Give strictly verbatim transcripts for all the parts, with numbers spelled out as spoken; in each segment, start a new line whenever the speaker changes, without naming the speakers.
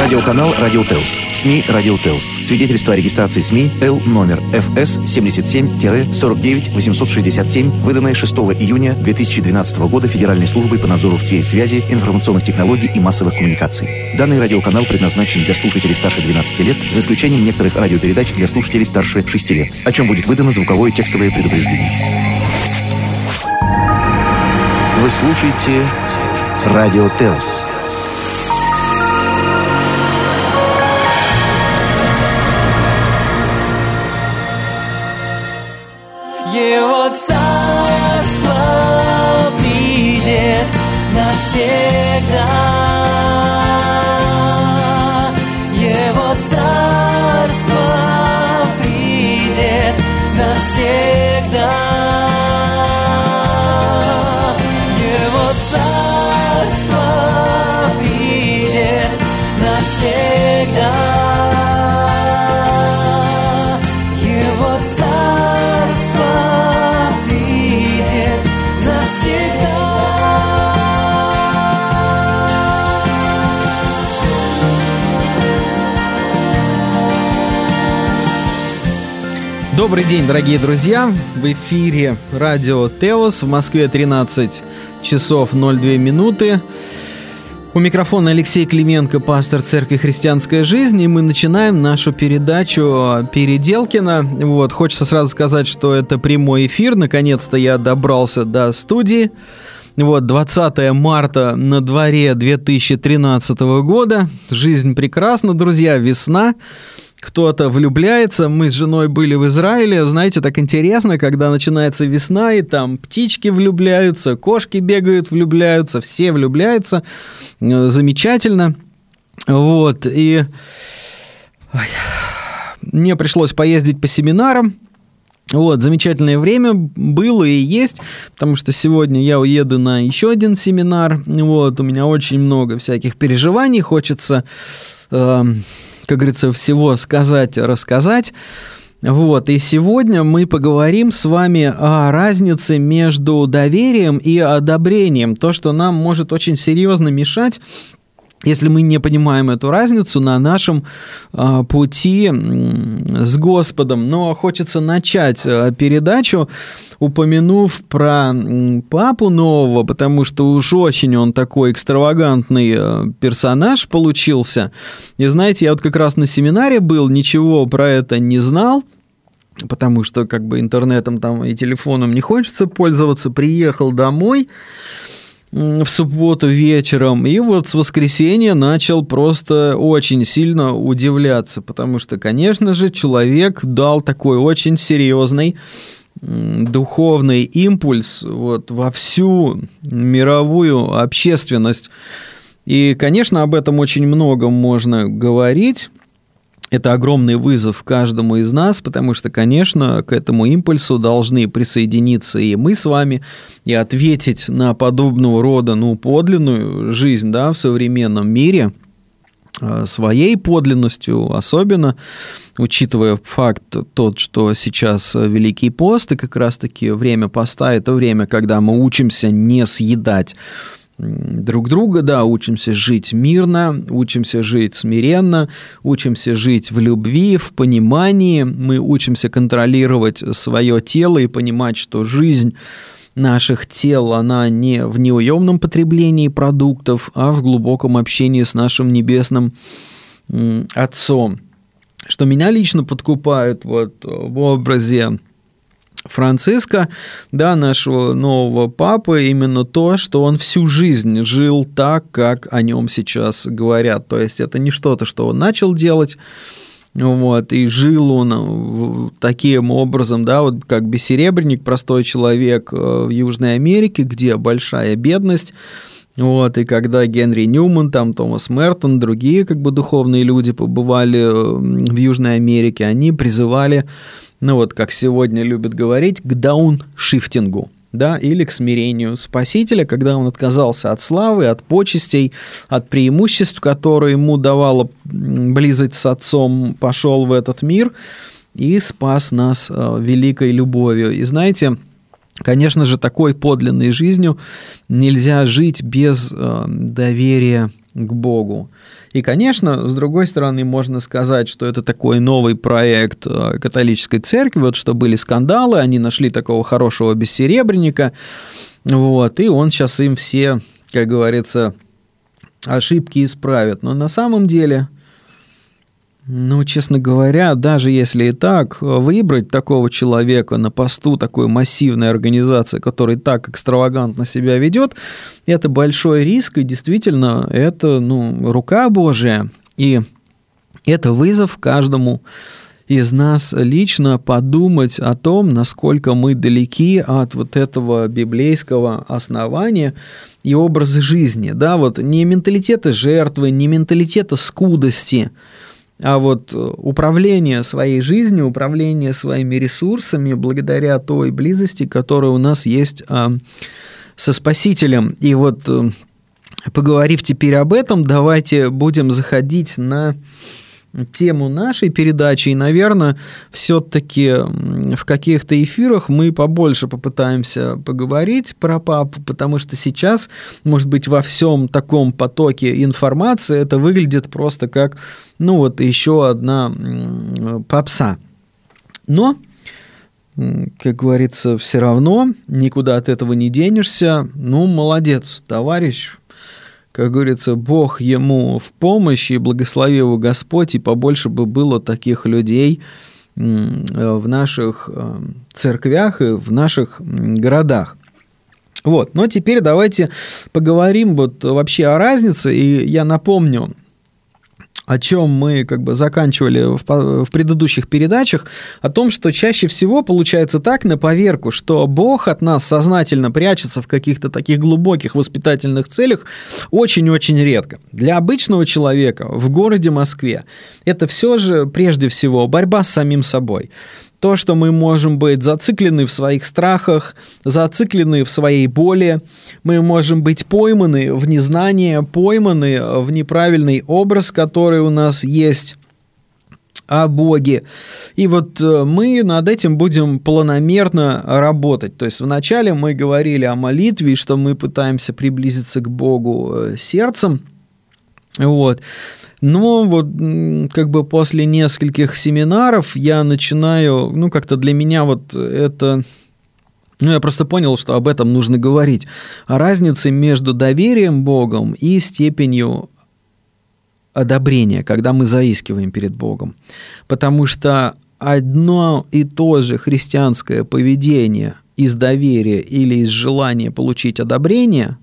Радиоканал «Радио Телс». СМИ «Радио Телс». Свидетельство о регистрации СМИ Л номер эф эс семьдесят семь сорок девять восемьсот шестьдесят семь, выданное шестого июня две тысячи двенадцатого года Федеральной службой по надзору в сфере связи, информационных технологий и массовых коммуникаций. Данный радиоканал предназначен для слушателей старше двенадцати лет, за исключением некоторых радиопередач для слушателей старше шести лет, о чем будет выдано звуковое текстовое предупреждение. Вы слушаете «Радио Телс».
Его царство придет навсегда. Его царство придет навсегда. Его царство придет навсегда. Его царство придет навсегда.
Добрый день, дорогие друзья! В эфире радио Теос, в Москве тринадцать часов ноль две минуты. У микрофона Алексей Клименко, пастор Церкви Христианская Жизнь, и мы начинаем нашу передачу Переделкино. Вот, хочется сразу сказать, что это прямой эфир. Наконец-то я добрался до студии. Вот, двадцатое марта на дворе две тысячи тринадцатого года. Жизнь прекрасна, друзья, весна. Кто-то влюбляется. Мы с женой были в Израиле. Знаете, так интересно, когда начинается весна, и там птички влюбляются, кошки бегают, влюбляются, все влюбляются. Замечательно. Вот. И ой, мне пришлось поездить по семинарам. Вот, замечательное время было и есть, потому что сегодня я уеду на еще один семинар. Вот, у меня очень много всяких переживаний, хочется... Э, как говорится, всего сказать, рассказать. Вот, и сегодня мы поговорим с вами о разнице между доверием и одобрением. То, что нам может очень серьезно мешать, если мы не понимаем эту разницу на нашем а, пути с Господом. Но хочется начать а, передачу, упомянув про папу нового, потому что уж очень он такой экстравагантный а, персонаж получился. И знаете, я вот как раз на семинаре был, ничего про это не знал, потому что как бы интернетом там и телефоном не хочется пользоваться. Приехал домой в субботу вечером, и вот с воскресенья начал просто очень сильно удивляться, потому что, конечно же, человек дал такой очень серьезный духовный импульс вот, во всю мировую общественность. И, конечно, об этом очень много можно говорить. Это огромный вызов каждому из нас, потому что, конечно, к этому импульсу должны присоединиться и мы с вами, и ответить на подобного рода, ну, подлинную жизнь, да, в современном мире, своей подлинностью, особенно учитывая факт тот, что сейчас Великий пост, и как раз-таки время поста – это время, когда мы учимся не съедать друг друга, да, учимся жить мирно, учимся жить смиренно, учимся жить в любви, в понимании, мы учимся контролировать свое тело и понимать, что жизнь наших тел, она не в неуемном потреблении продуктов, а в глубоком общении с нашим небесным Отцом. Что меня лично подкупает вот в образе Франциска, да, нашего нового папы, именно то, что он всю жизнь жил так, как о нем сейчас говорят. То есть это не что-то, что он начал делать, вот, и жил он таким образом, да, вот как бессеребренник, простой человек в Южной Америке, где большая бедность. Вот, и когда Генри Ньюман, там, Томас Мертон, другие как бы духовные люди побывали в Южной Америке, они призывали, ну вот, как сегодня любят говорить, к дауншифтингу, да, или к смирению Спасителя, когда он отказался от славы, от почестей, от преимуществ, которые ему давала близость с Отцом, пошел в этот мир и спас нас великой любовью. И знаете, конечно же, такой подлинной жизнью нельзя жить без доверия к Богу. И, конечно, с другой стороны, можно сказать, что это такой новый проект католической церкви, вот что были скандалы, они нашли такого хорошего бессеребренника, вот, и он сейчас им все, как говорится, ошибки исправит. Но на самом деле, ну, честно говоря, даже если и так, выбрать такого человека на посту такой массивной организации, который так экстравагантно себя ведет, это большой риск, и действительно, это, ну, рука Божия, и это вызов каждому из нас лично подумать о том, насколько мы далеки от вот этого библейского основания и образа жизни, да, вот не менталитета жертвы, не менталитета скудости, а вот управление своей жизнью, управление своими ресурсами благодаря той близости, которая у нас есть а, со Спасителем. И вот, поговорив теперь об этом, давайте будем заходить на тему нашей передачи, и, наверное, все-таки в каких-то эфирах мы побольше попытаемся поговорить про папу, потому что сейчас, может быть, во всем таком потоке информации это выглядит просто как, ну вот, еще одна попса. Но, как говорится, все равно никуда от этого не денешься. Ну, молодец, товарищ. Как говорится, Бог ему в помощь, и благослови его Господь, и побольше бы было таких людей в наших церквях и в наших городах. Вот. Но теперь давайте поговорим вот вообще о разнице, и я напомню, о чем мы как бы заканчивали в, в предыдущих передачах, о том, что чаще всего получается так, на поверку, что Бог от нас сознательно прячется в каких-то таких глубоких воспитательных целях очень-очень редко. Для обычного человека в городе Москве это все же прежде всего борьба с самим собой. То, что мы можем быть зациклены в своих страхах, зациклены в своей боли, мы можем быть пойманы в незнание, пойманы в неправильный образ, который у нас есть о Боге. И вот мы над этим будем планомерно работать. То есть вначале мы говорили о молитве, что мы пытаемся приблизиться к Богу сердцем. Вот. Но вот как бы после нескольких семинаров я начинаю, ну как-то для меня вот это, ну я просто понял, что об этом нужно говорить, о разнице между доверием Богом и степенью одобрения, когда мы заискиваем перед Богом. Потому что одно и то же христианское поведение из доверия или из желания получить одобрение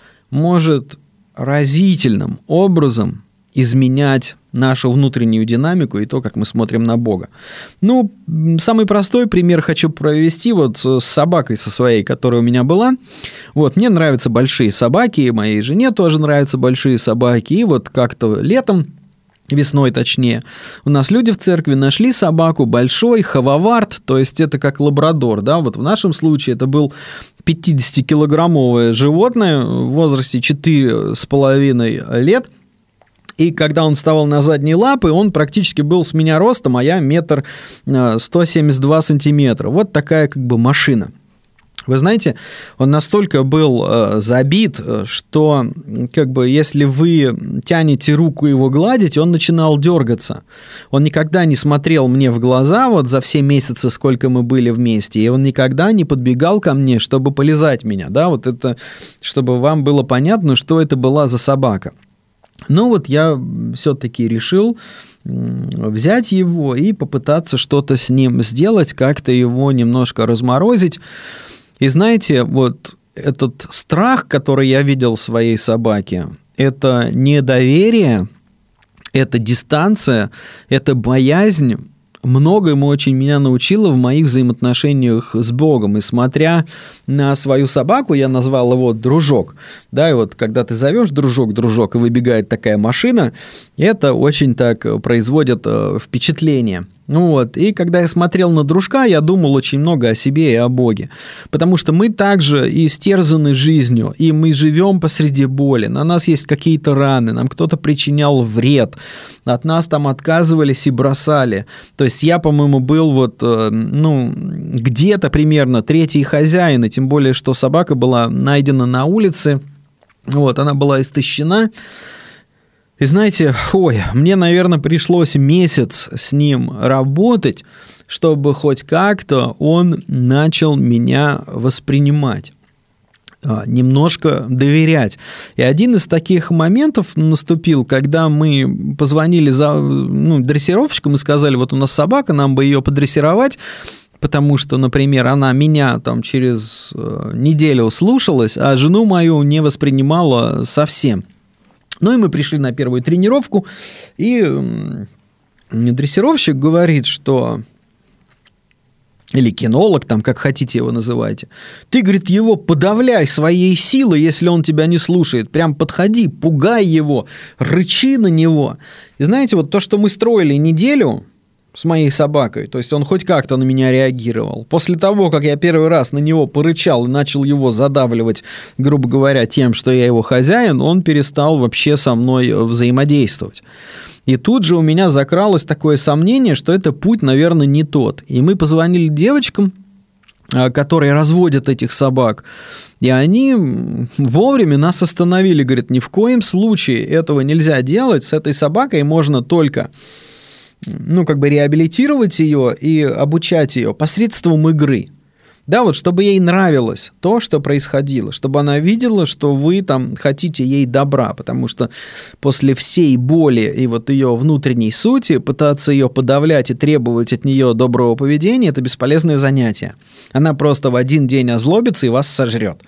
может разительным образом изменять нашу внутреннюю динамику и то, как мы смотрим на Бога. Ну, самый простой пример хочу провести вот с собакой со своей, которая у меня была. Вот, мне нравятся большие собаки, и моей жене тоже нравятся большие собаки. И вот как-то летом, весной точнее, у нас люди в церкви нашли собаку большой, хававард, то есть это как лабрадор, да, вот в нашем случае это был пятидесятикилограммовое животное в возрасте четыре с половиной лет. И когда он вставал на задние лапы, он практически был с меня ростом, а я метр сто семьдесят два сантиметра. Вот такая как бы машина. Вы знаете, он настолько был э, забит, что как бы если вы тянете руку его гладить, он начинал дергаться. Он никогда не смотрел мне в глаза вот за все месяцы, сколько мы были вместе, и он никогда не подбегал ко мне, чтобы полизать меня, да, вот это, чтобы вам было понятно, что это была за собака. Но вот я все-таки решил взять его и попытаться что-то с ним сделать, как-то его немножко разморозить. И знаете, вот этот страх, который я видел в своей собаке, это недоверие, это дистанция, это боязнь, многому очень меня научило в моих взаимоотношениях с Богом. И смотря на свою собаку, я назвал его «дружок». Да, и вот когда ты зовешь «дружок, дружок», и выбегает такая машина, это очень так производит впечатление. Ну вот, и когда я смотрел на дружка, я думал очень много о себе и о Боге. Потому что мы также истерзаны жизнью, и мы живем посреди боли. На нас есть какие-то раны, нам кто-то причинял вред, от нас там отказывались и бросали. То есть я, по-моему, был вот, ну, где-то примерно третий хозяин, и тем более, что собака была найдена на улице, вот, она была истощена. И знаете, ой, мне, наверное, пришлось месяц с ним работать, чтобы хоть как-то он начал меня воспринимать, немножко доверять. И один из таких моментов наступил, когда мы позвонили за, ну, дрессировщикам и сказали, вот у нас собака, нам бы ее подрессировать, потому что, например, она меня там через неделю слушалась, а жену мою не воспринимала совсем. Ну и мы пришли на первую тренировку, и дрессировщик говорит, что... Или кинолог, там, как хотите его называйте. Ты, говорит, его подавляй своей силой, если он тебя не слушает. Прям подходи, пугай его, рычи на него. И знаете, вот то, что мы строили неделю с моей собакой, то есть он хоть как-то на меня реагировал. После того, как я первый раз на него порычал и начал его задавливать, грубо говоря, тем, что я его хозяин, он перестал вообще со мной взаимодействовать. И тут же у меня закралось такое сомнение, что это путь, наверное, не тот. И мы позвонили девочкам, которые разводят этих собак, и они вовремя нас остановили. Говорят, ни в коем случае этого нельзя делать. С этой собакой можно только, ну, как бы реабилитировать ее и обучать ее посредством игры. Да, вот чтобы ей нравилось то, что происходило, чтобы она видела, что вы там хотите ей добра, потому что после всей боли и вот ее внутренней сути пытаться ее подавлять и требовать от нее доброго поведения – это бесполезное занятие. Она просто в один день озлобится и вас сожрет.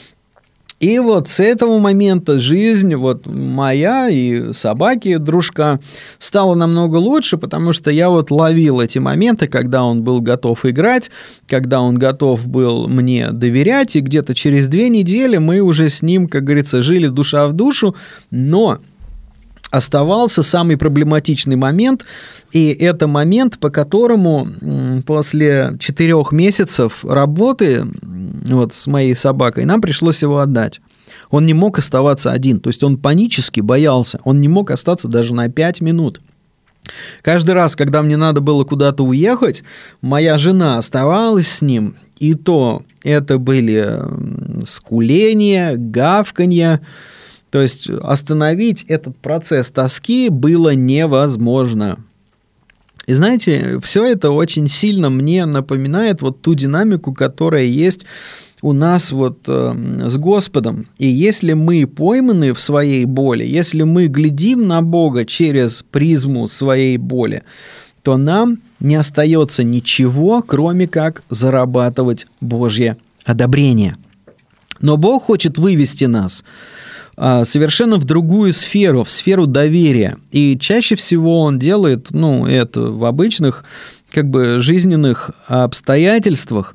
И вот с этого момента жизнь вот моя и собаки, дружка, стала намного лучше, потому что я вот ловил эти моменты, когда он был готов играть, когда он готов был мне доверять, и где-то через две недели мы уже с ним, как говорится, жили душа в душу, но оставался самый проблематичный момент, и это момент, по которому после четырех месяцев работы вот с моей собакой нам пришлось его отдать. Он не мог оставаться один, то есть он панически боялся, он не мог остаться даже на пять минут. Каждый раз, когда мне надо было куда-то уехать, моя жена оставалась с ним, и то это были скуления, гавканья. То есть остановить этот процесс тоски было невозможно. И знаете, все это очень сильно мне напоминает вот ту динамику, которая есть у нас вот э, с Господом. И если мы пойманы в своей боли, если мы глядим на Бога через призму своей боли, то нам не остается ничего, кроме как зарабатывать Божье одобрение. Но Бог хочет вывести нас совершенно в другую сферу, в сферу доверия. И чаще всего он делает, ну, это в обычных, как бы, жизненных обстоятельствах.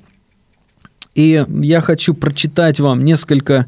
И я хочу прочитать вам несколько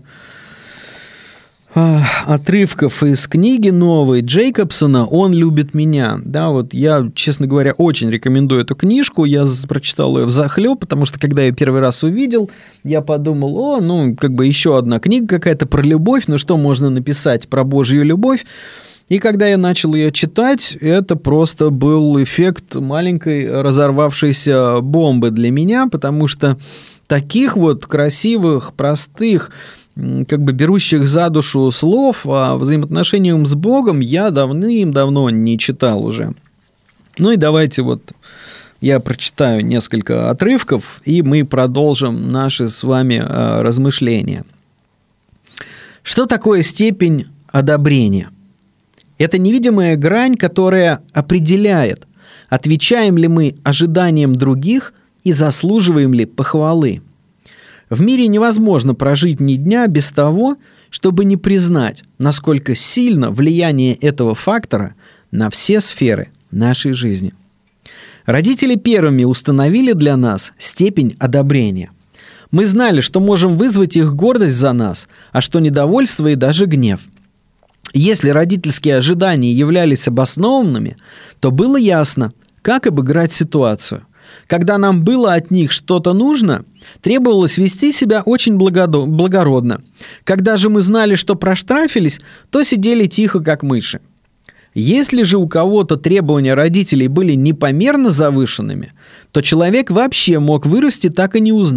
отрывков из книги новой Джейкобсона «Он любит меня». Да, вот я, честно говоря, очень рекомендую эту книжку. Я прочитал ее взахлеб, потому что, когда я первый раз увидел, я подумал, о, ну, как бы еще одна книга какая-то про любовь, ну, что можно написать про Божью любовь? И когда я начал ее читать, это просто был эффект маленькой разорвавшейся бомбы для меня, потому что таких вот красивых, простых, как бы берущих за душу слов о взаимоотношениях с Богом я давным-давно не читал уже. Ну и давайте вот я прочитаю несколько отрывков, и мы продолжим наши с вами размышления. Что такое степень одобрения? Это невидимая грань, которая определяет, отвечаем ли мы ожиданиям других и заслуживаем ли похвалы. В мире невозможно прожить ни дня без того, чтобы не признать, насколько сильно влияние этого фактора на все сферы нашей жизни. Родители первыми установили для нас степень одобрения. Мы знали, что можем вызвать их гордость за нас, а что недовольство и даже гнев. Если родительские ожидания являлись обоснованными, то было ясно, как обыграть ситуацию. Когда нам было от них что-то нужно, требовалось вести себя очень благородно. Когда же мы знали, что проштрафились, то сидели тихо, как мыши. Если же у кого-то требования родителей были непомерно завышенными, то человек вообще мог вырасти, так и не узнав,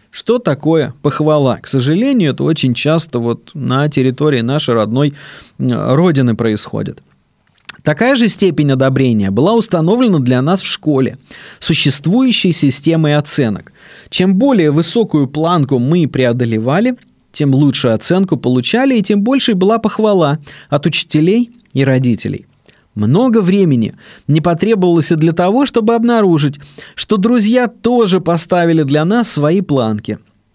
Что такое похвала? К сожалению, это очень часто вот на территории нашей родной родины происходит. Такая же степень одобрения была установлена для нас в школе, существующей системой оценок. Чем более высокую планку мы преодолевали, тем лучшую оценку получали, и тем больше была похвала от учителей и родителей. Много времени не потребовалось и для того, чтобы обнаружить, что друзья тоже поставили для нас свои планки.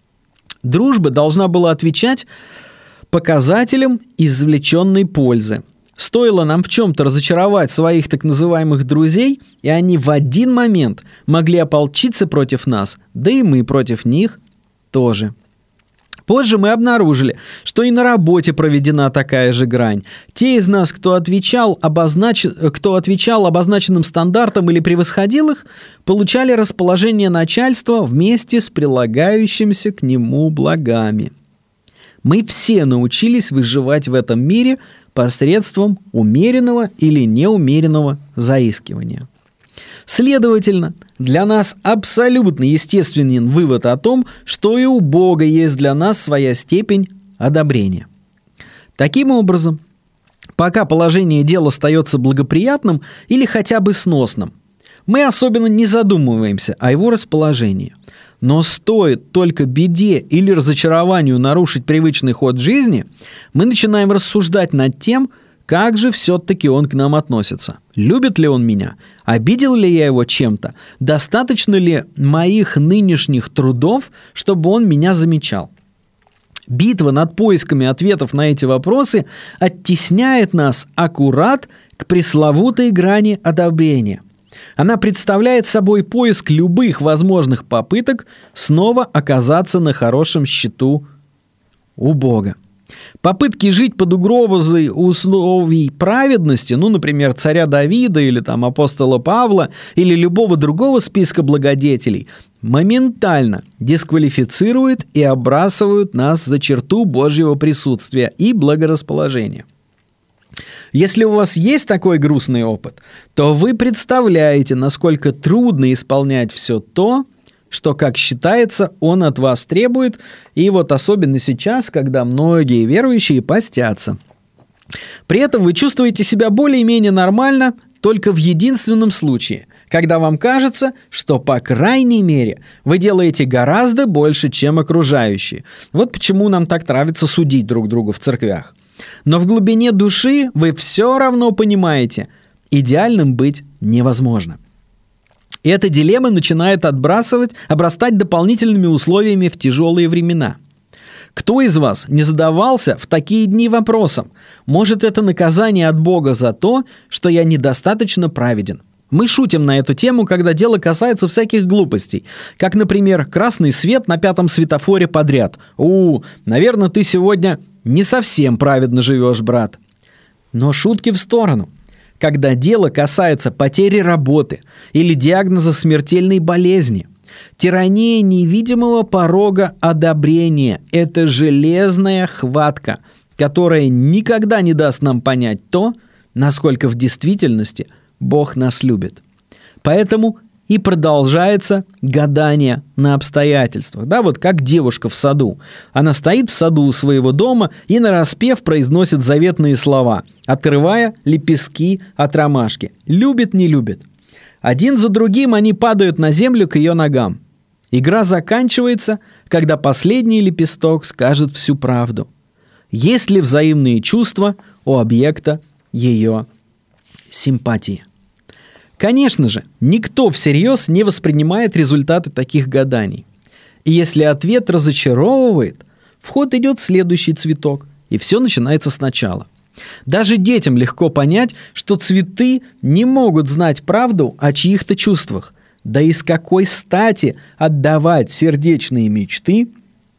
Дружба должна была отвечать показателям извлеченной пользы. Стоило нам в чем-то разочаровать своих так называемых друзей, и они в один момент могли ополчиться против нас, да и мы против них тоже. Позже мы обнаружили, что и на работе проведена такая же грань. Те из нас, кто отвечал, обознач... кто отвечал обозначенным стандартам или превосходил их, получали расположение начальства вместе с прилагающимися к нему благами. Мы все научились выживать в этом мире посредством умеренного или неумеренного заискивания. Следовательно, для нас абсолютно естественен вывод о том, что и у Бога есть для нас своя степень одобрения. Таким образом, пока положение дел остается благоприятным или хотя бы сносным, мы особенно не задумываемся о его расположении. Но стоит только беде или разочарованию нарушить привычный ход жизни, мы начинаем рассуждать над тем, как же все-таки он к нам относится. Любит ли он меня? Обидел ли я его чем-то? Достаточно ли моих нынешних трудов, чтобы он меня замечал? Битва над поисками ответов на эти вопросы оттесняет нас аккурат к пресловутой грани одобрения. Она представляет собой поиск любых возможных попыток снова оказаться на хорошем счету у Бога. Попытки жить под угрозой условий праведности, ну, например, царя Давида или там апостола Павла или любого другого списка благодетелей, моментально дисквалифицируют и отбрасывают нас за черту Божьего присутствия и благорасположения. Если у вас есть такой грустный опыт, то вы представляете, насколько трудно исполнять все то, что, как считается, он от вас требует, и вот особенно сейчас, когда многие верующие постятся. При этом вы чувствуете себя более-менее нормально только в единственном случае, когда вам кажется, что, по крайней мере, вы делаете гораздо больше, чем окружающие. Вот почему нам так нравится судить друг друга в церквях. Но в глубине души вы все равно понимаете, идеальным быть невозможно. И эта дилемма начинает отбрасывать, обрастать дополнительными условиями в тяжелые времена. Кто из вас не задавался в такие дни вопросом: может, это наказание от Бога за то, что я недостаточно праведен? Мы шутим на эту тему, когда дело касается всяких глупостей, как, например, красный свет на пятом светофоре подряд. «У, наверное, ты сегодня не совсем праведно живешь, брат». Но шутки в сторону. Когда дело касается потери работы или диагноза смертельной болезни, тирания невидимого порога одобрения – это железная хватка, которая никогда не даст нам понять то, насколько в действительности Бог нас любит. Поэтому и продолжается гадание на обстоятельствах. Да, вот как девушка в саду. Она стоит в саду у своего дома и нараспев произносит заветные слова, отрывая лепестки от ромашки. Любит, не любит. Один за другим они падают на землю к ее ногам. Игра заканчивается, когда последний лепесток скажет всю правду. Есть ли взаимные чувства у объекта ее симпатии? Конечно же, никто всерьез не воспринимает результаты таких гаданий. И если ответ разочаровывает, в ход идет следующий цветок, и все начинается сначала. Даже детям легко понять, что цветы не могут знать правду о чьих-то чувствах. Да и с какой стати отдавать сердечные мечты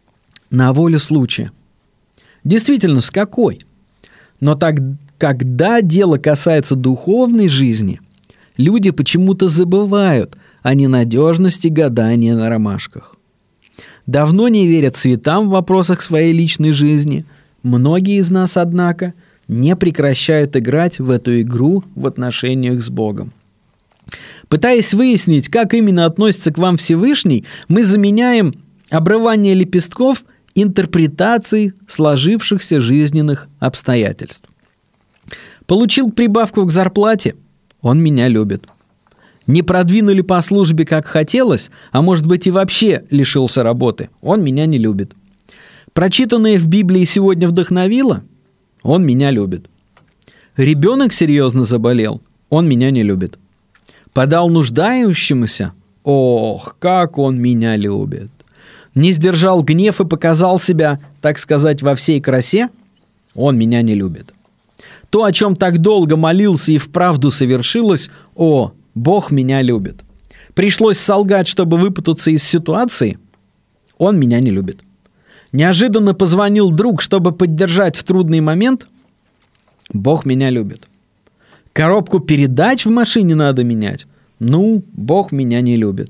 на волю случая? Действительно, с какой? Но так, когда дело касается духовной жизни, люди почему-то забывают о ненадежности гадания на ромашках. Давно не верят цветам в вопросах своей личной жизни. Многие из нас, однако, не прекращают играть в эту игру в отношениях с Богом. Пытаясь выяснить, как именно относится к вам Всевышний, мы заменяем обрывание лепестков интерпретаций сложившихся жизненных обстоятельств. Получил прибавку к зарплате, он меня любит. Не продвинули по службе, как хотелось, а может быть и вообще лишился работы, он меня не любит. Прочитанное в Библии сегодня вдохновило, он меня любит. Ребенок серьезно заболел, он меня не любит. Подал нуждающемуся, ох, как он меня любит. Не сдержал гнев и показал себя, так сказать, во всей красе, он меня не любит. То, о чем так долго молился и вправду совершилось, о, Бог меня любит. Пришлось солгать, чтобы выпутаться из ситуации, он меня не любит. Неожиданно позвонил друг, чтобы поддержать в трудный момент, Бог меня любит. Коробку передач в машине надо менять, ну, Бог меня не любит.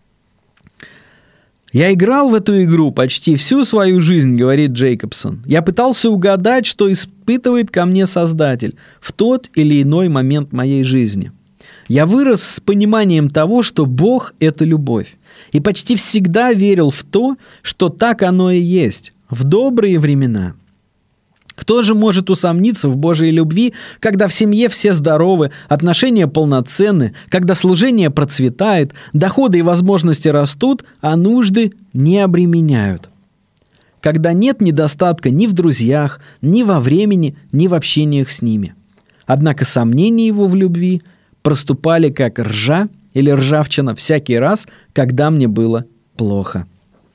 Я играл в эту игру почти всю свою жизнь, говорит Джейкобсон. Я пытался угадать, что испытывает ко мне Создатель в тот или иной момент моей жизни. Я вырос с пониманием того, что Бог — это любовь. И почти всегда верил в то, что так оно и есть, в добрые времена. Кто же может усомниться в Божьей любви, когда в семье все здоровы, отношения полноценны, когда служение процветает, доходы и возможности растут, а нужды не обременяют? Когда нет недостатка ни в друзьях, ни во времени, ни в общениях с ними. Однако сомнения его в любви проступали как ржа или ржавчина всякий раз, когда мне было плохо.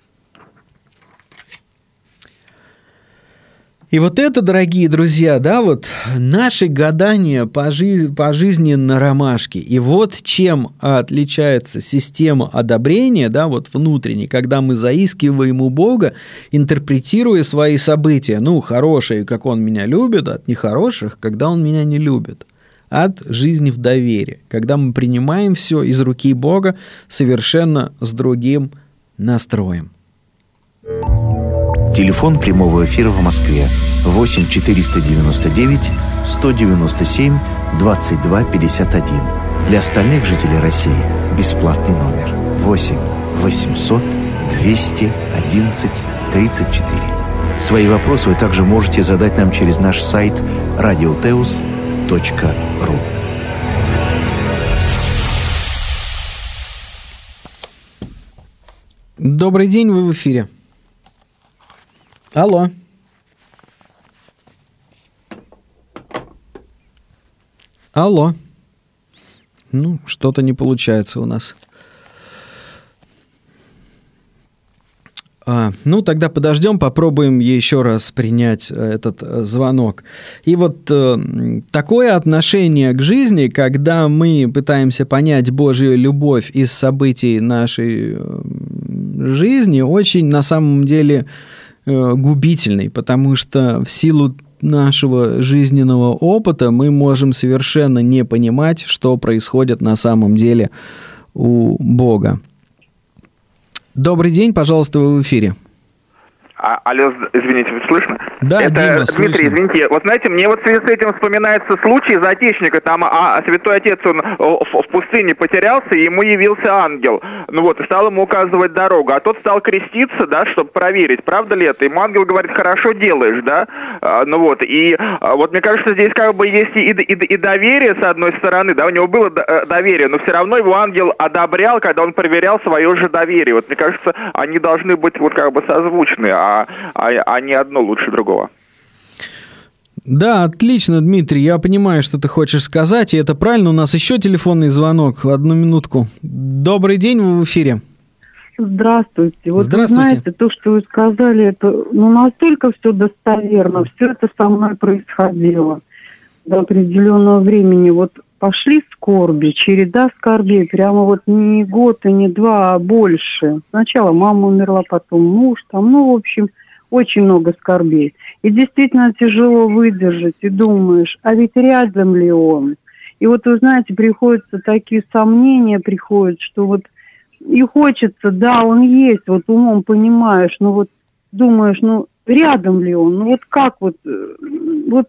И вот это, дорогие друзья, да, вот наши гадания по, жи- по жизни на ромашке. И вот чем отличается система одобрения, да, вот внутренней, когда мы заискиваем у Бога, интерпретируя свои события. Ну, хорошие, как Он меня любит, от нехороших, когда Он меня не любит. От жизни в доверии, когда мы принимаем все из руки Бога совершенно с другим настроем.
Телефон прямого эфира в Москве восемь четыреста девяносто девять сто девяносто семь двадцать два пятьдесят один. Для остальных жителей России бесплатный номер восемь восемьсот двести одиннадцать тридцать четыре. Свои вопросы вы также можете задать нам через наш сайт радиотеус точка ру.
Добрый день, вы в эфире. Алло. Алло. Ну, что-то не получается у нас. А, ну, тогда подождем, попробуем еще раз принять этот звонок. И вот э, такое отношение к жизни, когда мы пытаемся понять Божью любовь из событий нашей э, жизни, очень на самом деле э, губительный, потому что в силу нашего жизненного опыта мы можем совершенно не понимать, что происходит на самом деле у Бога. Добрый день, пожалуйста, вы в эфире.
А, алло, извините, слышно?
Да,
это,
Дима,
Дмитрий,
слышно.
извините. Вот знаете, мне вот в связи с этим вспоминается случай из Отечника. Там а, Святой Отец, он в, в пустыне потерялся, и ему явился ангел. Ну вот, и стал ему указывать дорогу. А тот стал креститься, да, чтобы проверить, правда ли это. Ему ангел говорит, хорошо делаешь, да. А, ну вот, и а, вот мне кажется, здесь как бы есть и, и, и доверие, с одной стороны, да, у него было доверие, но все равно его ангел одобрял, когда он проверял свое же доверие. Вот мне кажется, они должны быть вот как бы созвучны, а, а, а не одно лучше другого.
Да, отлично, Дмитрий, я понимаю, что ты хочешь сказать, и это правильно. У нас еще телефонный звонок, одну минутку. Добрый день, вы в эфире.
Здравствуйте. Вот
Здравствуйте.
вы знаете, то, что вы сказали, это ну, настолько все достоверно, все это со мной происходило до определенного времени. Вот пошли скорби, череда скорбей, прямо вот не год и не два, а больше. Сначала мама умерла, потом муж, там, ну, в общем, очень много скорбей. И действительно тяжело выдержать, и думаешь, а ведь рядом ли он? И вот, вы знаете, приходятся такие сомнения, приходят, что вот и хочется, да, он есть, вот умом понимаешь, но вот думаешь, ну, рядом ли он? Ну, вот как вот, вот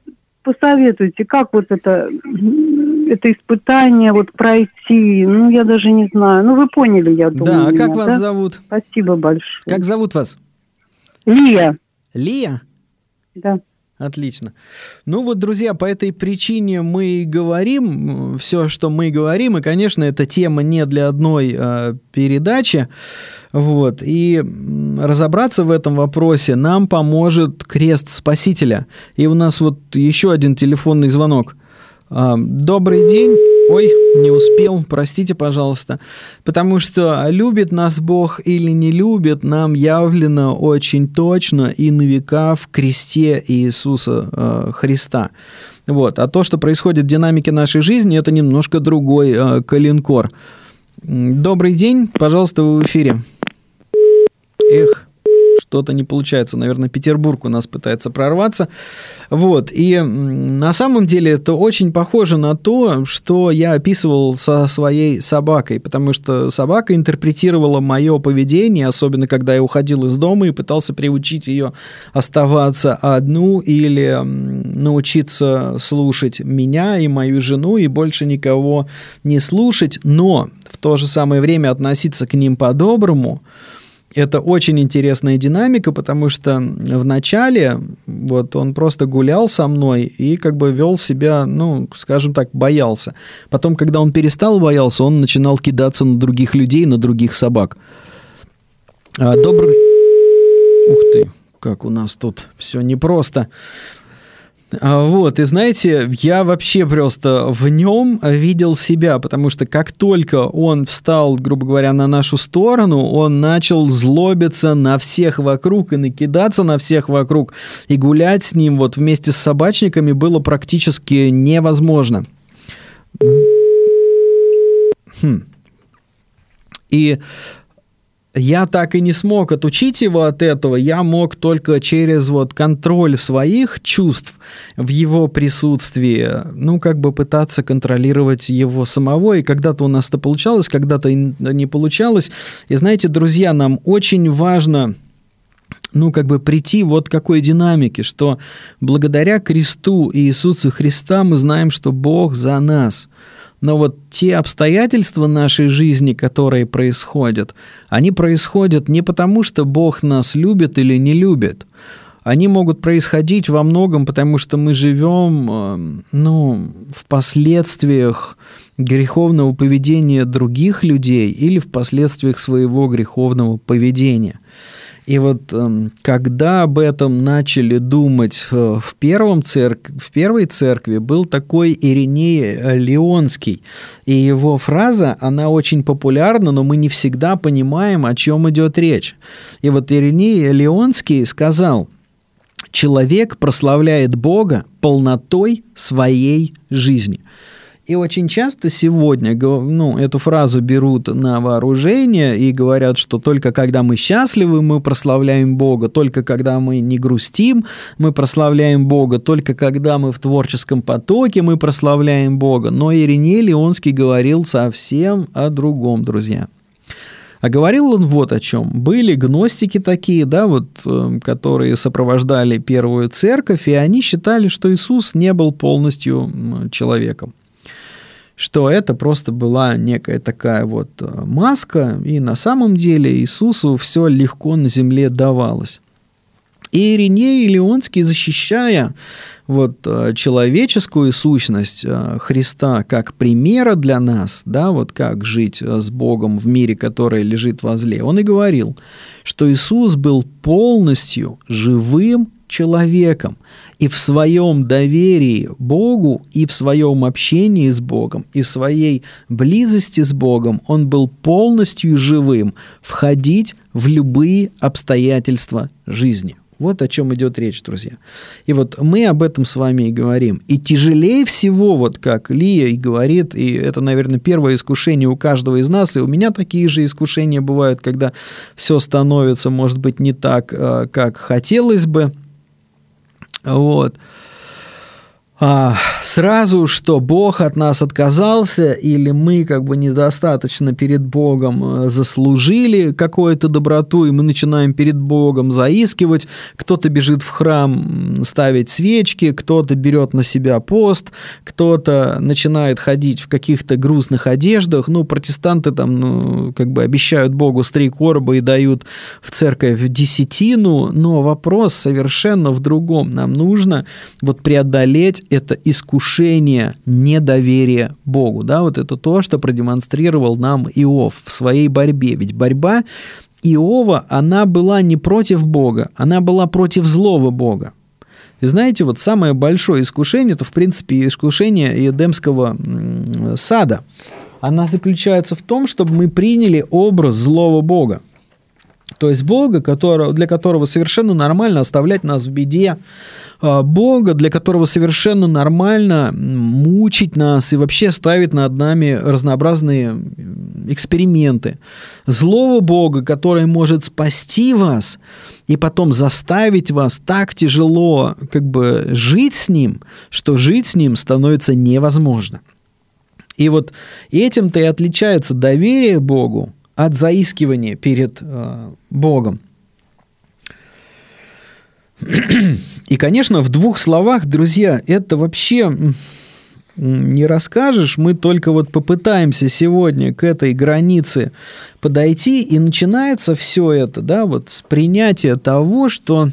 посоветуйте, как вот это, это испытание вот пройти? Ну, я даже не знаю. Ну, вы поняли, я думаю.
Да, а
меня,
как вас
да?
зовут?
Спасибо большое.
Как зовут вас?
Лия.
Лия?
Да.
Отлично. Ну вот, друзья, по этой причине мы и говорим все, что мы говорим, и, конечно, эта тема не для одной э, передачи, вот, и разобраться в этом вопросе нам поможет крест Спасителя. И у нас вот еще один телефонный звонок. Э, добрый день. Ой, не успел, простите, пожалуйста. Потому что любит нас Бог или не любит, нам явлено очень точно и на века в кресте Иисуса э, Христа. Вот. А то, что происходит в динамике нашей жизни, это немножко другой э, коленкор. Добрый день, пожалуйста, вы в эфире. Эх. Что-то не получается. Наверное, Петербург у нас пытается прорваться. Вот. И на самом деле это очень похоже на то, что я описывал со своей собакой, потому что собака интерпретировала мое поведение, особенно когда я уходил из дома и пытался приучить ее оставаться одну или научиться слушать меня и мою жену и больше никого не слушать, но в то же самое время относиться к ним по-доброму. Это очень интересная динамика, потому что вначале вот он просто гулял со мной и как бы вел себя, ну, скажем так, боялся. Потом, когда он перестал бояться, он начинал кидаться на других людей, на других собак. А, добрый... Ух ты, как у нас тут все непросто. Вот, и знаете, я вообще просто в нем видел себя, потому что как только он встал, грубо говоря, на нашу сторону, он начал злобиться на всех вокруг и накидаться на всех вокруг, и гулять с ним вот вместе с собачниками было практически невозможно. Хм. И я так и не смог отучить его от этого, я мог только через вот контроль своих чувств в его присутствии, ну, как бы пытаться контролировать его самого, и когда-то у нас это получалось, когда-то не получалось. И знаете, друзья, нам очень важно, ну, как бы прийти вот к какой динамике, что благодаря кресту Иисуса Христа мы знаем, что Бог за нас. Но вот те обстоятельства нашей жизни, которые происходят, они происходят не потому, что Бог нас любит или не любит. Они могут происходить во многом, потому что мы живем, ну, в последствиях греховного поведения других людей или в последствиях своего греховного поведения. И вот когда об этом начали думать в, первом церк... в первой церкви, был такой Ириней Лионский. И его фраза, она очень популярна, но мы не всегда понимаем, о чем идет речь. И вот Ириней Лионский сказал: «Человек прославляет Бога полнотой своей жизни». И очень часто сегодня, ну, эту фразу берут на вооружение и говорят, что только когда мы счастливы, мы прославляем Бога, только когда мы не грустим, мы прославляем Бога, только когда мы в творческом потоке, мы прославляем Бога. Но Ириней Лионский говорил совсем о другом, друзья. А говорил он вот о чем. Были гностики такие, да, вот, которые сопровождали первую церковь, и они считали, что Иисус не был полностью человеком. Что это просто была некая такая вот маска, и на самом деле Иисусу все легко на земле давалось. И Ириней Лионский, защищая вот человеческую сущность Христа как примера для нас, да, вот как жить с Богом в мире, который лежит возле, он и говорил, что Иисус был полностью живым человеком, и в своем доверии Богу, и в своем общении с Богом, и в своей близости с Богом он был полностью живым, входить в любые обстоятельства жизни. Вот о чем идет речь, друзья. И вот мы об этом с вами и говорим. И тяжелее всего, вот как Лия и говорит, и это, наверное, первое искушение у каждого из нас, и у меня такие же искушения бывают, когда все становится, может быть, не так, как хотелось бы. Вот. а, сразу, что Бог от нас отказался, или мы как бы недостаточно перед Богом заслужили какую-то доброту, и мы начинаем перед Богом заискивать. Кто-то бежит в храм ставить свечки, кто-то берет на себя пост, кто-то начинает ходить в каких-то грустных одеждах. Ну, протестанты там, ну, как бы обещают Богу с три короба и дают в церковь десятину, но вопрос совершенно в другом. Нам нужно вот преодолеть это искушение недоверия Богу. Да? Вот это то, что продемонстрировал нам Иов в своей борьбе. Ведь борьба Иова, она была не против Бога, она была против злого Бога. И знаете, вот самое большое искушение, это, в принципе, искушение Эдемского сада. Она заключается в том, чтобы мы приняли образ злого Бога. То есть Бога, которого, для которого совершенно нормально оставлять нас в беде, Бога, для которого совершенно нормально мучить нас и вообще ставить над нами разнообразные эксперименты. Злого Бога, который может спасти вас и потом заставить вас так тяжело как бы жить с Ним, что жить с Ним становится невозможно. И вот этим-то и отличается доверие Богу от заискивания перед э, Богом. И, конечно, в двух словах, друзья, это вообще не расскажешь. Мы только вот попытаемся сегодня к этой границе подойти, и начинается все это, да, вот с принятия того, что